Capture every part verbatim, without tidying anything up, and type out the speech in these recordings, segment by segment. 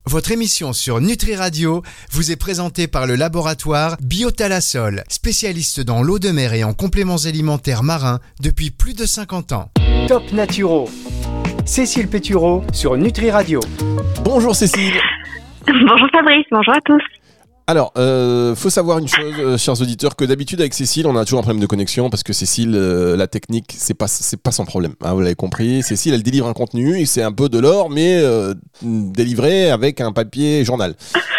Votre émission sur Nutri Radio vous est présentée par le laboratoire Biotalasol, spécialiste dans l'eau de mer et en compléments alimentaires marins depuis plus de cinquante ans. Top Naturo. Cécile Pétureau sur Nutri Radio. Bonjour Cécile. Bonjour Fabrice, bonjour à tous. Alors, euh, faut savoir une chose, euh, chers auditeurs, que d'habitude avec Cécile, on a toujours un problème de connexion parce que Cécile, euh, la technique, c'est pas c'est pas son problème. Hein, vous l'avez compris. Cécile, elle délivre un contenu, et c'est un peu de l'or, mais euh, délivré avec un papier journal.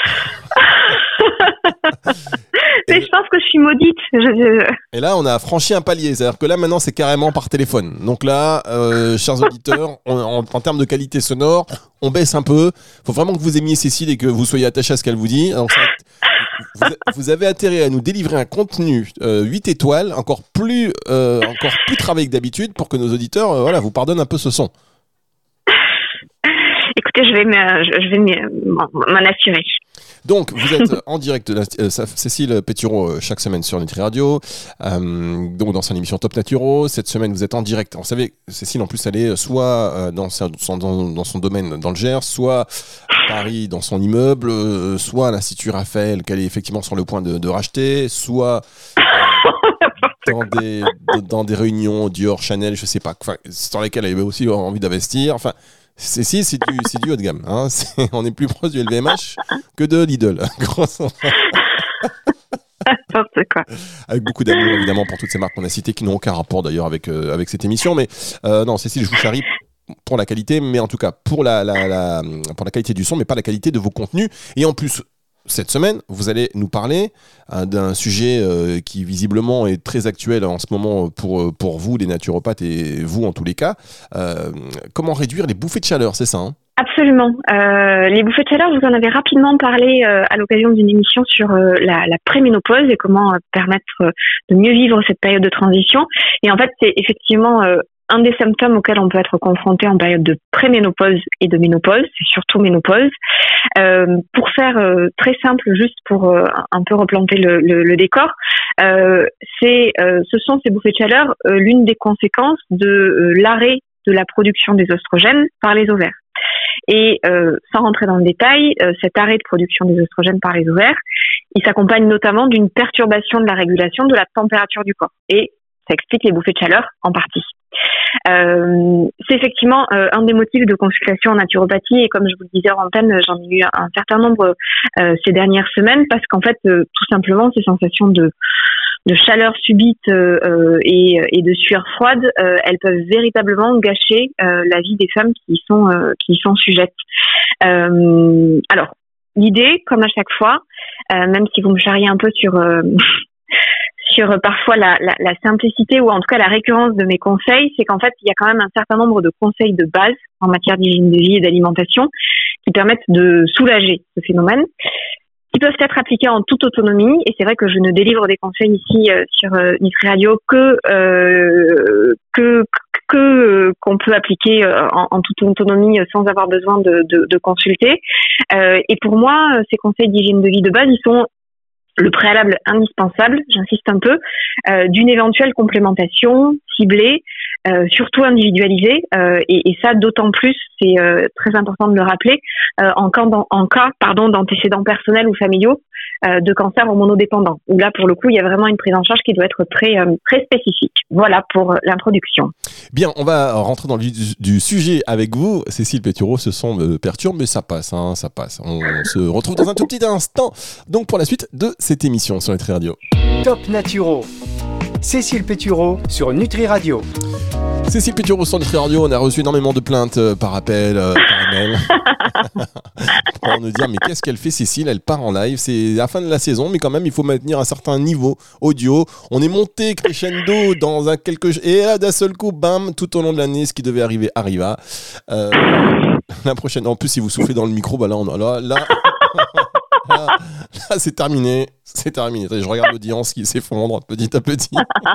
Mais et, je pense que je suis maudite. Je, je... et là, on a franchi un palier. C'est-à-dire que là, maintenant, c'est carrément par téléphone. Donc là, euh, chers auditeurs, on, en, en termes de qualité sonore, on baisse un peu. Il faut vraiment que vous aimiez Cécile et que vous soyez attaché à ce qu'elle vous dit. Donc, ça, vous, vous avez intérêt à nous délivrer un contenu euh, huit étoiles, encore plus, euh, encore plus travaillé que d'habitude, pour que nos auditeurs euh, voilà, vous pardonnent un peu ce son. Écoutez, je vais me, je vais me, m'en assurer. Donc, vous êtes en direct, de euh, Cécile Pétureau, euh, chaque semaine sur Nutri Radio, euh, donc dans son émission Top Naturo. Cette semaine, vous êtes en direct. Vous savez, Cécile, en plus, elle est soit euh, dans, son, dans, dans son domaine dans le Gers, soit à Paris dans son immeuble, euh, soit à l'Institut Raphaël, qu'elle est effectivement sur le point de, de racheter, soit euh, dans, des, dans des réunions Dior, Chanel, je sais pas, enfin, dans lesquelles elle avait aussi envie d'investir. Enfin, Cécile, c'est du, c'est du haut de gamme. Hein. C'est, on est plus proche du L V M H que de Lidl. N'importe quoi. Avec beaucoup d'amour, évidemment, pour toutes ces marques qu'on a citées, qui n'ont aucun rapport d'ailleurs avec, euh, avec cette émission. Mais euh, non, Cécile, je vous charrie pour la qualité, mais en tout cas pour la, la, la, pour la qualité du son, mais pas la qualité de vos contenus. Et en plus, cette semaine, vous allez nous parler euh, d'un sujet euh, qui visiblement est très actuel en ce moment pour, pour vous, les naturopathes, et vous en tous les cas. Euh, comment réduire les bouffées de chaleur, c'est ça hein? Absolument. Euh, les bouffées de chaleur, vous en avez rapidement parlé euh, à l'occasion d'une émission sur euh, la, la préménopause et comment euh, permettre euh, de mieux vivre cette période de transition. Et en fait, c'est effectivement euh, un des symptômes auxquels on peut être confronté en période de préménopause et de ménopause, c'est surtout ménopause. Euh, pour faire euh, très simple, juste pour euh, un peu replanter le, le, le décor, euh, c'est, euh, ce sont ces bouffées de chaleur euh, l'une des conséquences de euh, l'arrêt de la production des oestrogènes par les ovaires. Et euh, sans rentrer dans le détail, euh, cet arrêt de production des oestrogènes par les ovaires, il s'accompagne notamment d'une perturbation de la régulation de la température du corps. Et ça explique les bouffées de chaleur en partie. Euh, c'est effectivement euh, un des motifs de consultation en naturopathie et comme je vous le disais en antenne, j'en ai eu un certain nombre euh, ces dernières semaines parce qu'en fait, euh, tout simplement, ces sensations de, de chaleur subite euh, et, et de sueur froide, euh, elles peuvent véritablement gâcher euh, la vie des femmes qui y sont, euh, qui y sont sujettes. Euh, alors, l'idée, comme à chaque fois, euh, même si vous me charriez un peu sur... Euh, sur parfois la, la, la simplicité ou en tout cas la récurrence de mes conseils, c'est qu'en fait, il y a quand même un certain nombre de conseils de base en matière d'hygiène de vie et d'alimentation qui permettent de soulager ce phénomène, qui peuvent être appliqués en toute autonomie. Et c'est vrai que je ne délivre des conseils ici euh, sur euh, Nutri Radio que, euh, que, que euh, qu'on peut appliquer euh, en, en toute autonomie euh, sans avoir besoin de, de, de consulter. Euh, et pour moi, ces conseils d'hygiène de vie de base, ils sont le préalable indispensable, j'insiste un peu, euh, d'une éventuelle complémentation ciblée, euh, surtout individualisée, euh, et, et ça d'autant plus, c'est euh, très important de le rappeler, euh, en cas, en cas pardon, d'antécédents personnels ou familiaux euh, de cancer hormonodépendant, où là pour le coup il y a vraiment une prise en charge qui doit être très, euh, très spécifique. Voilà pour l'introduction. Bien, on va rentrer dans le vif du, du sujet avec vous, Cécile Pétureau, ce son me perturbe, mais ça passe, hein, ça passe. On se retrouve dans un tout petit instant, donc pour la suite de cette émission sur Nutri Radio. Top Naturo. Cécile Pétureau sur Nutri Radio. Cécile Pétureau sur Nutri Radio, on a reçu énormément de plaintes euh, par appel, euh, par email. Pour nous dire, mais qu'est-ce qu'elle fait Cécile? Elle part en live, c'est la fin de la saison, mais quand même il faut maintenir un certain niveau audio. On est monté crescendo dans un quelque... Et là, d'un seul coup, bam, tout au long de l'année, ce qui devait arriver arriva. Euh, la prochaine, en plus, si vous soufflez dans le micro, bah là, on, là, là, là, là, c'est terminé. C'est terminé. Je regarde l'audience qui s'effondre petit à petit.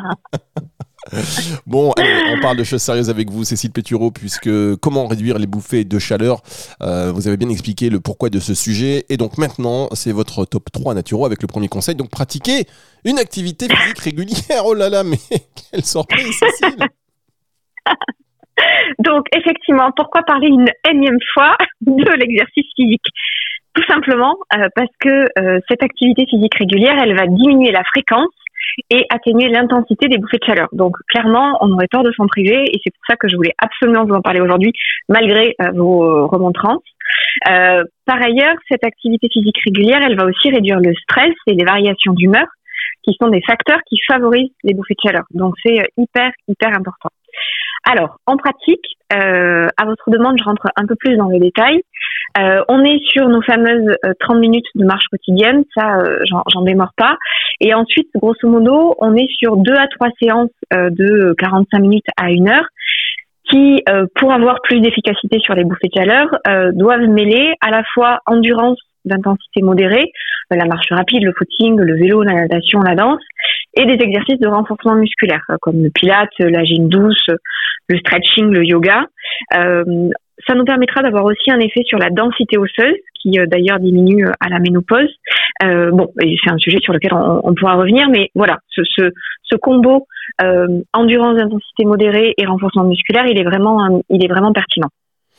Bon, allez, on parle de choses sérieuses avec vous, Cécile Pétureau, puisque comment réduire les bouffées de chaleur, euh, vous avez bien expliqué le pourquoi de ce sujet. Et donc maintenant, c'est votre top trois naturo avec le premier conseil. Donc pratiquer une activité physique régulière. Oh là là, mais quelle surprise, Cécile! Donc effectivement, pourquoi parler une énième fois de l'exercice physique? simplement euh, parce que euh, cette activité physique régulière, elle va diminuer la fréquence et atténuer l'intensité des bouffées de chaleur. Donc clairement, on aurait tort de s'en priver et c'est pour ça que je voulais absolument vous en parler aujourd'hui, malgré euh, vos euh, remontrances. Euh, par ailleurs, cette activité physique régulière, elle va aussi réduire le stress et les variations d'humeur, qui sont des facteurs qui favorisent les bouffées de chaleur. Donc c'est euh, hyper, hyper important. Alors, en pratique, euh, à votre demande, je rentre un peu plus dans les détails. Euh, on est sur nos fameuses euh, trente minutes de marche quotidienne, ça, euh, j'en, j'en démords pas. Et ensuite, grosso modo, on est sur deux à trois séances euh, de quarante-cinq minutes à une heure qui, euh, pour avoir plus d'efficacité sur les bouffées de chaleur, euh, doivent mêler à la fois endurance d'intensité modérée, euh, la marche rapide, le footing, le vélo, la natation, la danse, et des exercices de renforcement musculaire, euh, comme le pilates, la gym douce, le stretching, le yoga. Euh, ça nous permettra d'avoir aussi un effet sur la densité osseuse, qui euh, d'ailleurs diminue à la ménopause. Euh, bon, et c'est un sujet sur lequel on, on pourra revenir, mais voilà, ce, ce, ce combo euh, endurance d'intensité modérée et renforcement musculaire, il est vraiment, il est vraiment pertinent.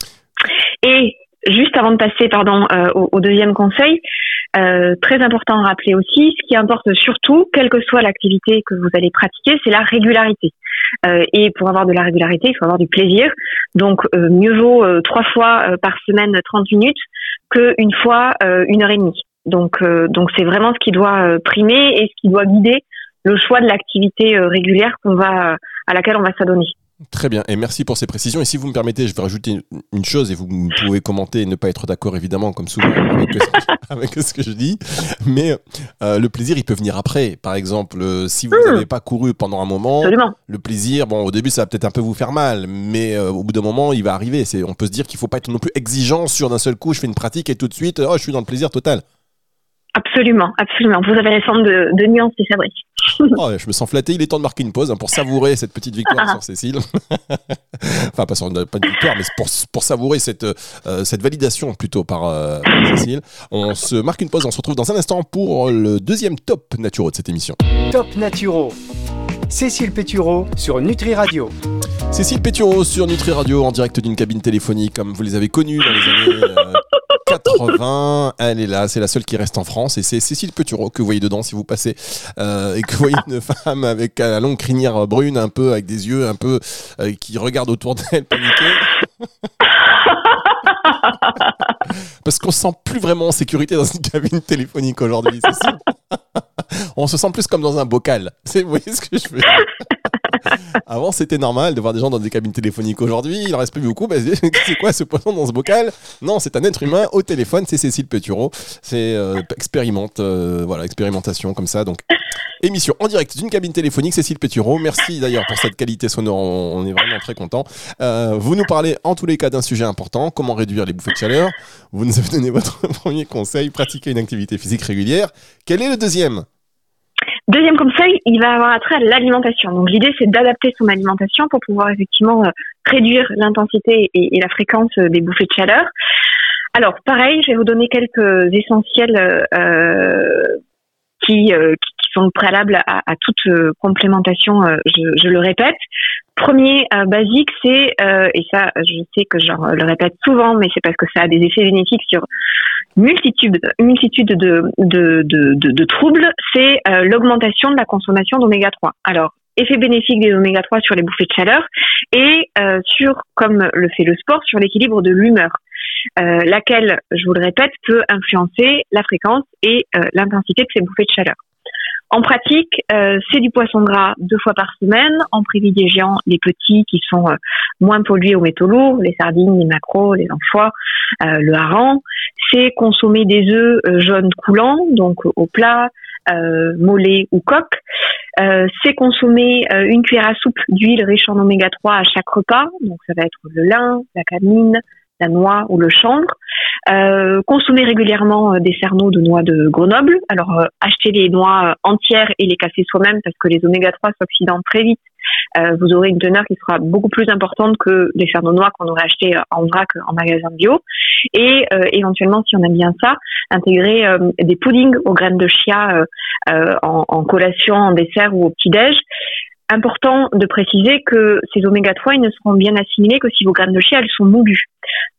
Et juste avant de passer, pardon, euh, au, au deuxième conseil, euh, très important à rappeler aussi, ce qui importe surtout, quelle que soit l'activité que vous allez pratiquer, c'est la régularité. Euh, et pour avoir de la régularité, il faut avoir du plaisir. Donc, euh, mieux vaut euh, trois fois euh, par semaine trente minutes qu'une fois euh, une heure et demie. Donc, euh, donc c'est vraiment ce qui doit euh, primer et ce qui doit guider le choix de l'activité euh, régulière qu'on va, euh, à laquelle on va s'adonner. Très bien, et merci pour ces précisions. Et si vous me permettez, je vais rajouter une chose, et vous pouvez commenter et ne pas être d'accord, évidemment, comme souvent, avec, avec ce que je dis. Mais euh, le plaisir, il peut venir après. Par exemple, euh, si vous n'avez mmh. pas couru pendant un moment, Absolument. Le plaisir, bon, au début, ça va peut-être un peu vous faire mal, mais euh, au bout d'un moment, il va arriver. C'est, on peut se dire qu'il ne faut pas être non plus exigeant sur d'un seul coup, je fais une pratique et tout de suite, oh, je suis dans le plaisir total. Absolument, absolument. Vous avez raison de, de nuancer, Fabrice. Oh, je me sens flatté, il est temps de marquer une pause hein, pour savourer cette petite victoire ah. sur Cécile. Enfin, pas, sur, pas une victoire, mais pour, pour savourer cette, euh, cette validation plutôt par euh, Cécile. On se marque une pause, on se retrouve dans un instant pour le deuxième top naturo de cette émission. Top naturo. Cécile Pétureau sur Nutri Radio. Cécile Pétureau sur Nutri Radio en direct d'une cabine téléphonique comme vous les avez connues dans les années euh, quatre-vingts. Elle est là, c'est la seule qui reste en France et c'est Cécile Pétureau que vous voyez dedans si vous passez euh, et que vous voyez une femme avec la longue crinière brune un peu avec des yeux un peu euh, qui regarde autour d'elle paniquée. Parce qu'on se sent plus vraiment en sécurité dans une cabine téléphonique aujourd'hui, Cécile. On se sent plus comme dans un bocal. C'est, vous voyez ce que je veux dire? Avant, c'était normal de voir des gens dans des cabines téléphoniques. Aujourd'hui, il en reste plus beaucoup. Bah, c'est quoi ce poisson dans ce bocal? Non, c'est un être humain au téléphone. C'est Cécile Pétureau. C'est euh, expérimente, euh, voilà, expérimentation comme ça. Donc, émission en direct d'une cabine téléphonique. Cécile Pétureau. Merci d'ailleurs pour cette qualité sonore. On, on est vraiment très content. Euh, vous nous parlez en tous les cas d'un sujet important. Comment réduire les bouffées de chaleur? Vous nous avez donné votre premier conseil. Pratiquer une activité physique régulière. Quel est le deuxième? Deuxième conseil, il va avoir attrait à l'alimentation. Donc l'idée, c'est d'adapter son alimentation pour pouvoir effectivement euh, réduire l'intensité et, et la fréquence euh, des bouffées de chaleur. Alors pareil, je vais vous donner quelques essentiels euh, qui, euh, qui sont préalables à, à toute euh, complémentation, euh, je, je le répète. Premier euh, basique, c'est, euh, et ça je sais que je le répète souvent, mais c'est parce que ça a des effets bénéfiques sur multitude, multitude de, de, de, de, de troubles, c'est euh, l'augmentation de la consommation d'oméga trois. Alors, effet bénéfique des oméga trois sur les bouffées de chaleur et euh, sur, comme le fait le sport, sur l'équilibre de l'humeur, euh, laquelle, je vous le répète, peut influencer la fréquence et euh, l'intensité de ces bouffées de chaleur. En pratique, euh, c'est du poisson gras deux fois par semaine, en privilégiant les petits qui sont euh, moins pollués aux métaux lourds, les sardines, les maquereaux, les anchois, euh, le hareng. C'est consommer des œufs euh, jaunes coulants, donc au plat, euh, mollet ou coque. Euh, c'est consommer euh, une cuillère à soupe d'huile riche en oméga trois à chaque repas, donc ça va être le lin, la cameline, la noix ou le chanvre. Euh, consommer régulièrement euh, des cerneaux de noix de Grenoble. Alors, euh, acheter les noix euh, entières et les casser soi-même parce que les oméga trois s'oxydent très vite. Euh, vous aurez une teneur qui sera beaucoup plus importante que les cerneaux de noix qu'on aurait achetés euh, en vrac en magasin bio. Et euh, éventuellement, si on aime bien ça, intégrer euh, des puddings aux graines de chia euh, euh, en, en collation, en dessert ou au petit-déj. Important de préciser que ces oméga trois, ils ne seront bien assimilés que si vos graines de chia, elles sont moulues. Donc,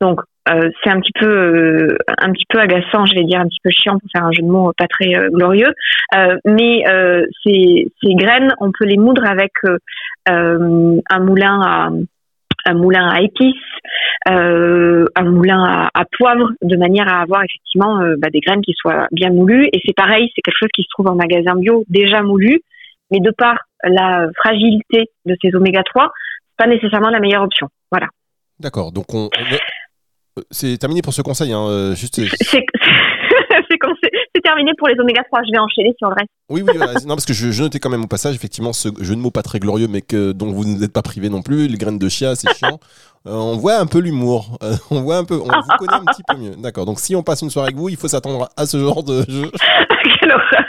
euh, c'est un petit peu, euh, un petit peu agaçant, je vais dire, un petit peu chiant pour faire un jeu de mots pas très euh, glorieux. Euh, mais euh, ces, ces graines, on peut les moudre avec euh, euh, un moulin à un moulin à épices, euh, un moulin à, à poivre, de manière à avoir effectivement euh, bah, des graines qui soient bien moulues. Et c'est pareil, c'est quelque chose qui se trouve en magasin bio déjà moulu, mais de par la fragilité de ces oméga trois, c'est pas nécessairement la meilleure option. Voilà. D'accord, donc on, on... c'est terminé pour ce conseil. Hein. Juste... C'est, c'est, c'est, c'est, c'est terminé pour les oméga trois, je vais enchaîner sur le reste. Oui, oui, voilà. Non, parce que je, je notais quand même au passage, effectivement, ce jeu de mots pas très glorieux, mais que, dont vous n'êtes pas privé non plus, les graines de chia, c'est chiant. Euh, on voit un peu l'humour, euh, on voit un peu, on vous connaît un petit peu mieux. D'accord, donc si on passe une soirée avec vous, il faut s'attendre à ce genre de jeu. Quelle horreur.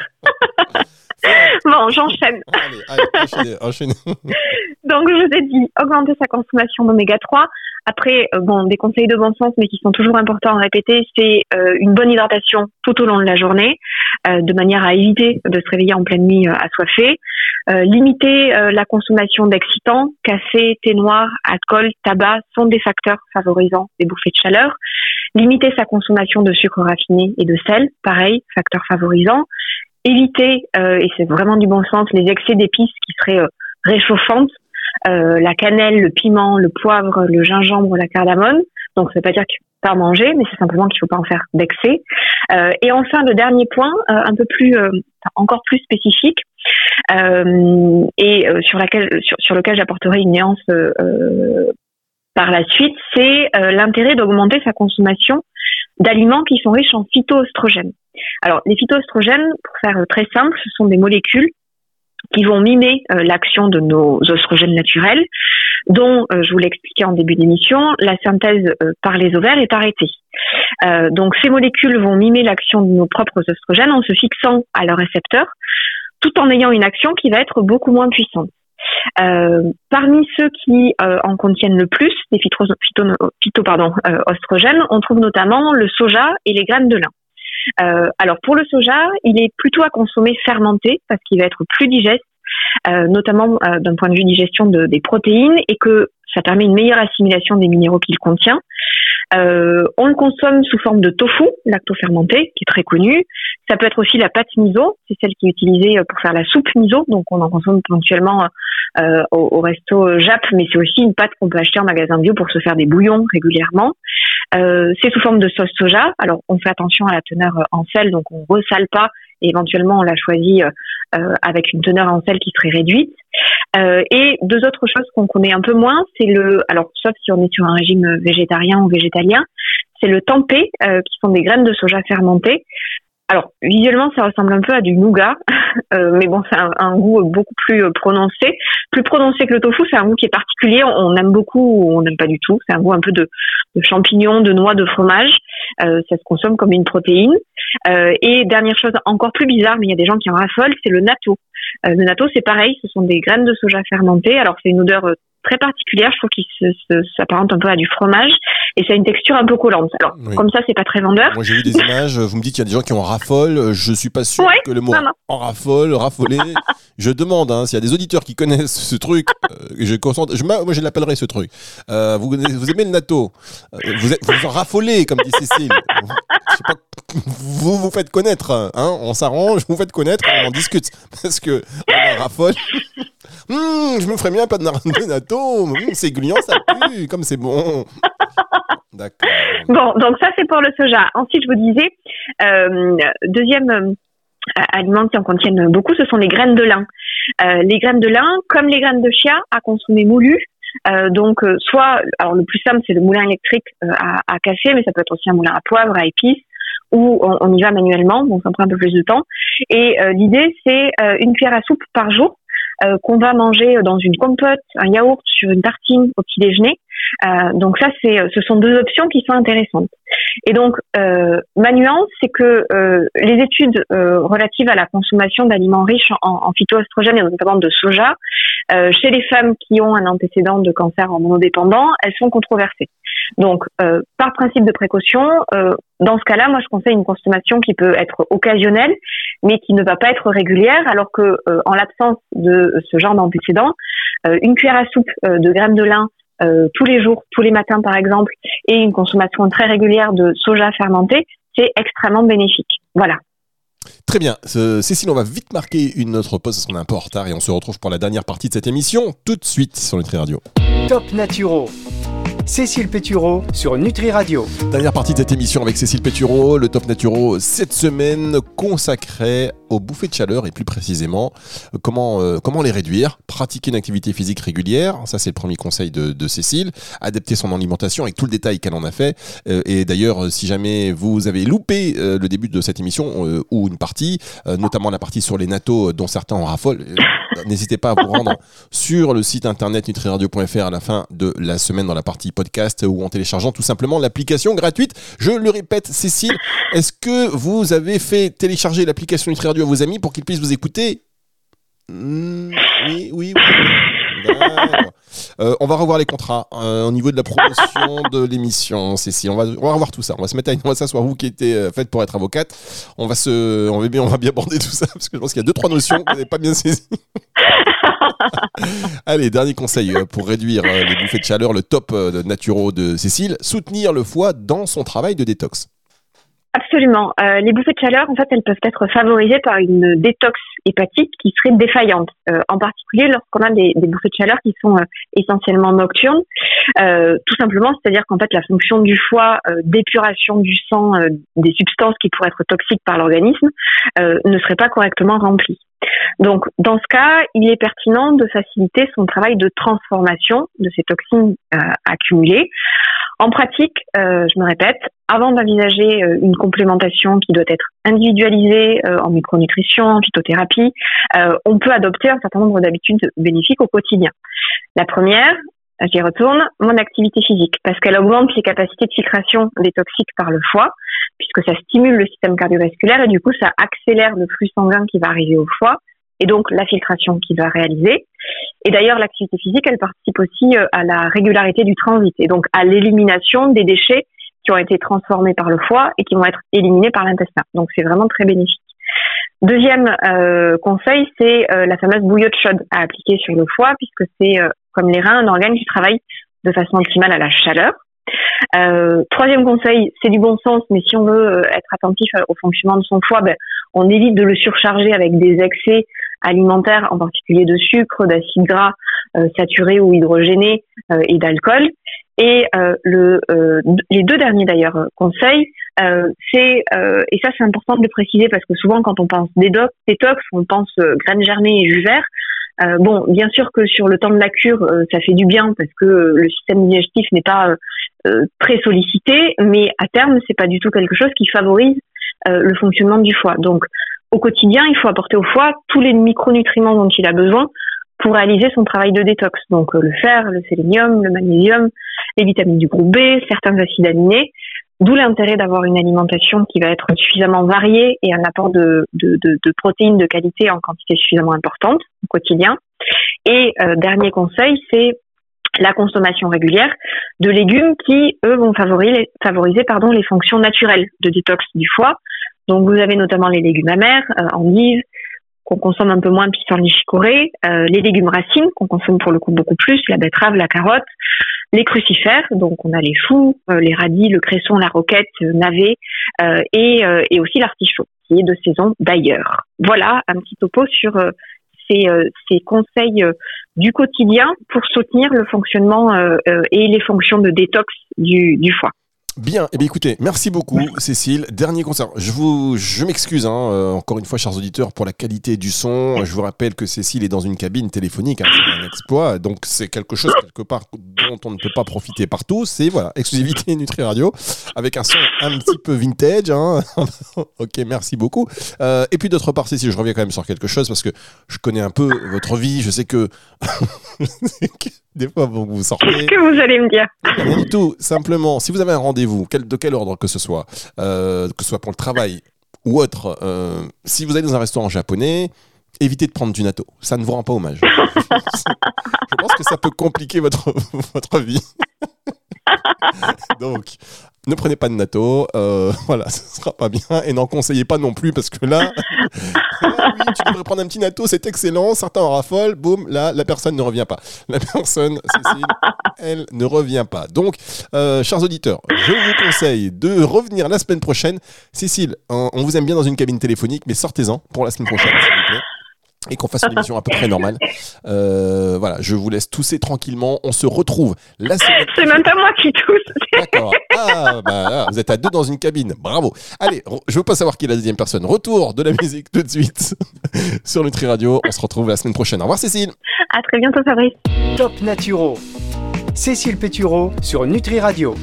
Bon, j'enchaîne. Allez, allez, enchaînez, enchaînez. Donc, je vous ai dit, augmenter sa consommation d'oméga trois. Après, euh, bon, des conseils de bon sens, mais qui sont toujours importants à répéter, c'est euh, une bonne hydratation tout au long de la journée, euh, de manière à éviter de se réveiller en pleine nuit euh, assoiffé. Euh, limiter euh, la consommation d'excitants, café, thé noir, alcool, tabac sont des facteurs favorisant les bouffées de chaleur. Limiter sa consommation de sucre raffiné et de sel, pareil, facteur favorisant. Éviter, euh, et c'est vraiment du bon sens, les excès d'épices qui seraient euh, réchauffantes, euh, la cannelle, le piment, le poivre, le gingembre, la cardamome. Donc, ça veut pas dire qu'il faut pas en manger, mais c'est simplement qu'il faut pas en faire d'excès. Euh, et enfin, le dernier point, euh, un peu plus, euh, encore plus spécifique, euh, et euh, sur laquelle, sur, sur lequel j'apporterai une nuance euh, euh, par la suite, c'est euh, l'intérêt d'augmenter sa consommation d'aliments qui sont riches en phytoestrogènes. Alors, les phytoestrogènes, pour faire très simple, ce sont des molécules qui vont mimer euh, l'action de nos oestrogènes naturels, dont, euh, je vous l'ai expliqué en début d'émission, la synthèse euh, par les ovaires est arrêtée. Euh, donc, ces molécules vont mimer l'action de nos propres oestrogènes en se fixant à leur récepteur, tout en ayant une action qui va être beaucoup moins puissante. Euh, parmi ceux qui euh, en contiennent le plus, des phyto, phyto, phyto pardon, euh, oestrogènes, on trouve notamment le soja et les graines de lin. Euh, alors pour le soja, il est plutôt à consommer fermenté parce qu'il va être plus digeste, euh, notamment euh, d'un point de vue digestion de, des protéines, et que ça permet une meilleure assimilation des minéraux qu'il contient. Euh, on le consomme sous forme de tofu, lactofermenté, qui est très connu. Ça peut être aussi la pâte miso, c'est celle qui est utilisée pour faire la soupe miso, donc on en consomme ponctuellement euh, au, au resto Jap, mais c'est aussi une pâte qu'on peut acheter en magasin bio pour se faire des bouillons régulièrement. Euh, c'est sous forme de sauce soja. Alors, on fait attention à la teneur en sel, donc on resale pas. Et éventuellement, on l'a choisi euh, avec une teneur en sel qui serait réduite. Euh, et deux autres choses qu'on connaît un peu moins, c'est le, alors sauf si on est sur un régime végétarien ou végétalien, c'est le tempeh, euh, qui sont des graines de soja fermentées. Alors, visuellement, ça ressemble un peu à du nougat, euh, mais bon, c'est un, un goût beaucoup plus euh, prononcé. Plus prononcé que le tofu, c'est un goût qui est particulier. On aime beaucoup ou on n'aime pas du tout. C'est un goût un peu de, de champignons, de noix, de fromage. Euh, ça se consomme comme une protéine. Euh, et dernière chose encore plus bizarre, mais il y a des gens qui en raffolent, c'est le natto. Euh, le natto, c'est pareil, ce sont des graines de soja fermentées. Alors, c'est une odeur euh, très particulière, je trouve qu'il se, se, s'apparente un peu à du fromage, et ça a une texture un peu collante. Alors, oui. Comme ça, c'est pas très vendeur. Moi, j'ai vu des images, vous me dites qu'il y a des gens qui en raffolent, je suis pas sûr ouais, que le mot non, non. en raffole, raffoler, je demande, hein, s'il y a des auditeurs qui connaissent ce truc, euh, je concentre, je, moi, je l'appellerai ce truc. Euh, vous, vous aimez le natto, euh, vous, êtes, vous en raffolez, comme dit Cécile. Je sais pas, vous vous faites connaître, hein, on s'arrange, vous faites connaître, on en discute, parce que on en raffole. Mmh, je me ferais bien pas de natto, mmh, c'est gluant, ça pue, comme c'est bon. D'accord. Bon, donc ça c'est pour le soja. Ensuite, je vous disais, euh, deuxième euh, aliment qui en contiennent beaucoup, ce sont les graines de lin. Euh, les graines de lin, comme les graines de chia, à consommer moulues. Euh, donc, euh, soit, alors le plus simple, c'est le moulin électrique euh, à, à café, mais ça peut être aussi un moulin à poivre, à épices, où on, on y va manuellement, donc ça prend un peu plus de temps. Et euh, l'idée, c'est euh, une cuillère à soupe par jour. Euh, qu'on va manger dans une compote, un yaourt, sur une tartine au petit déjeuner. Euh, donc ça, c'est, ce sont deux options qui sont intéressantes. Et donc, euh, ma nuance, c'est que euh, les études euh, relatives à la consommation d'aliments riches en, en phytoestrogènes et notamment de soja, euh, chez les femmes qui ont un antécédent de cancer hormonodépendant, elles sont controversées. Donc, euh, par principe de précaution, euh, dans ce cas-là, moi, je conseille une consommation qui peut être occasionnelle, mais qui ne va pas être régulière, alors que, euh, en l'absence de ce genre d'antécédent, euh, une cuillère à soupe euh, de graines de lin euh, tous les jours, tous les matins par exemple, et une consommation très régulière de soja fermenté, c'est extrêmement bénéfique. Voilà. Très bien. Euh, Cécile, on va vite marquer une autre pause parce qu'on est un peu en retard et on se retrouve pour la dernière partie de cette émission tout de suite sur Nutri Radio. Top Naturo. Cécile Pétureau sur Nutri Radio. Dernière partie de cette émission avec Cécile Pétureau, le Top Naturo cette semaine consacré aux bouffées de chaleur et plus précisément comment, euh, comment les réduire, pratiquer une activité physique régulière, ça c'est le premier conseil de, de Cécile, adapter son alimentation avec tout le détail qu'elle en a fait euh, et d'ailleurs si jamais vous avez loupé euh, le début de cette émission euh, ou une partie, euh, notamment la partie sur les nattos dont certains en raffolent, euh, n'hésitez pas à vous rendre sur le site internet nutri radio point f r à la fin de la semaine dans la partie podcast ou en téléchargeant tout simplement l'application gratuite. Je le répète, Cécile, est-ce que vous avez fait télécharger l'application Nutri Radio à vos amis pour qu'ils puissent vous écouter? mmh, Oui, oui, oui. D'accord. Euh, on va revoir les contrats euh, au niveau de la promotion de l'émission, Cécile. On va, on va revoir tout ça. On va se mettre à une, on va s'asseoir, vous qui étiez euh, faite pour être avocate. On va se, on va bien, on va bien aborder tout ça parce que je pense qu'il y a deux trois notions que vous n'avez pas bien saisies. Allez, dernier conseil pour réduire euh, les bouffées de chaleur, le top euh, naturo de Cécile, soutenir le foie dans son travail de détox. Absolument. Euh, les bouffées de chaleur, en fait, elles peuvent être favorisées par une détox hépatique qui serait défaillante, euh, en particulier lorsqu'on a des, des bouffées de chaleur qui sont euh, essentiellement nocturnes. Euh, tout simplement, c'est-à-dire qu'en fait, la fonction du foie, euh, d'épuration du sang, euh, des substances qui pourraient être toxiques par l'organisme, euh, ne serait pas correctement remplie. Donc, dans ce cas, il est pertinent de faciliter son travail de transformation de ces toxines euh, accumulées. En pratique, euh, je me répète, avant d'envisager euh, une complémentation qui doit être individualisée euh, en micronutrition, en phytothérapie, euh, on peut adopter un certain nombre d'habitudes bénéfiques au quotidien. La première, j'y retourne, mon activité physique, parce qu'elle augmente les capacités de filtration des toxiques par le foie, puisque ça stimule le système cardiovasculaire et du coup ça accélère le flux sanguin qui va arriver au foie et donc la filtration qu'il va réaliser. Et d'ailleurs l'activité physique, elle participe aussi à la régularité du transit et donc à l'élimination des déchets qui ont été transformés par le foie et qui vont être éliminés par l'intestin. Donc c'est vraiment très bénéfique. Deuxième euh, conseil, c'est euh, la fameuse bouillotte chaude à appliquer sur le foie, puisque c'est, euh, comme les reins, un organe qui travaille de façon optimale à la chaleur. Euh, troisième conseil, c'est du bon sens, mais si on veut euh, être attentif au fonctionnement de son foie, ben, on évite de le surcharger avec des excès alimentaires, en particulier de sucre, d'acides gras euh, saturés ou hydrogénés euh, et d'alcool. Et euh, le, euh, les deux derniers d'ailleurs conseils, euh, c'est euh, et ça c'est important de le préciser parce que souvent quand on pense détox, détox on pense euh, graines germées et jus vert. Euh, bon, bien sûr que sur le temps de la cure, euh, ça fait du bien parce que euh, le système digestif n'est pas euh, très sollicité, mais à terme c'est pas du tout quelque chose qui favorise euh, le fonctionnement du foie. Donc au quotidien, il faut apporter au foie tous les micronutriments dont il a besoin pour réaliser son travail de détox. Donc euh, le fer, le sélénium, le magnésium, les vitamines du groupe B, certains acides aminés, d'où l'intérêt d'avoir une alimentation qui va être suffisamment variée et un apport de, de, de, de protéines de qualité en quantité suffisamment importante au quotidien. Et euh, dernier conseil, c'est la consommation régulière de légumes qui, eux, vont favoriser, favoriser pardon, les fonctions naturelles de détox du foie. Donc vous avez notamment les légumes amers, euh, endives, qu'on consomme un peu moins, pissenlit chicorée, euh, les légumes racines, qu'on consomme pour le coup beaucoup plus, la betterave, la carotte, les crucifères, donc on a les choux, euh, les radis, le cresson, la roquette, le navet, euh, et, euh, et aussi l'artichaut, qui est de saison d'ailleurs. Voilà un petit topo sur euh, ces, euh, ces conseils euh, du quotidien pour soutenir le fonctionnement euh, euh, et les fonctions de détox du, du foie. Bien, eh bien écoutez, merci beaucoup Cécile. Dernier conseil, je vous, je m'excuse hein, euh, encore une fois chers auditeurs pour la qualité du son. Je vous rappelle que Cécile est dans une cabine téléphonique, hein, c'est un exploit, donc c'est quelque chose quelque part dont on ne peut pas profiter partout. C'est voilà, exclusivité Nutri Radio avec un son un petit peu vintage. Hein. Ok, merci beaucoup. Euh, et puis d'autre part Cécile, je reviens quand même sur quelque chose parce que je connais un peu votre vie, je sais que des fois vous vous sortez. Qu'est-ce que vous allez me dire? Rien du tout. Simplement, si vous avez un rendez-vous, quel, de quel ordre que ce soit, euh, que ce soit pour le travail ou autre, euh, si vous allez dans un restaurant japonais, évitez de prendre du natto. Ça ne vous rend pas hommage. Je pense que ça peut compliquer votre, votre vie. Donc, ne prenez pas de natto, euh, voilà, ce sera pas bien, et n'en conseillez pas non plus, parce que là, là oui, tu devrais prendre un petit natto, c'est excellent, certains en raffolent, boum, là, la personne ne revient pas. La personne, Cécile, elle ne revient pas. Donc, euh, chers auditeurs, je vous conseille de revenir la semaine prochaine. Cécile, on, on vous aime bien dans une cabine téléphonique, mais sortez-en pour la semaine prochaine, s'il vous plaît. Et qu'on fasse une émission à peu près normale. Euh, voilà, je vous laisse tousser tranquillement. On se retrouve la semaine prochaine. C'est même pas moi qui tousse. D'accord. Ah, bah là, vous êtes à deux dans une cabine. Bravo. Allez, re- je veux pas savoir qui est la deuxième personne. Retour de la musique tout de suite sur Nutri Radio. On se retrouve la semaine prochaine. Au revoir, Cécile. À très bientôt, Fabrice. Top Naturo. Cécile Pétureau sur Nutri Radio.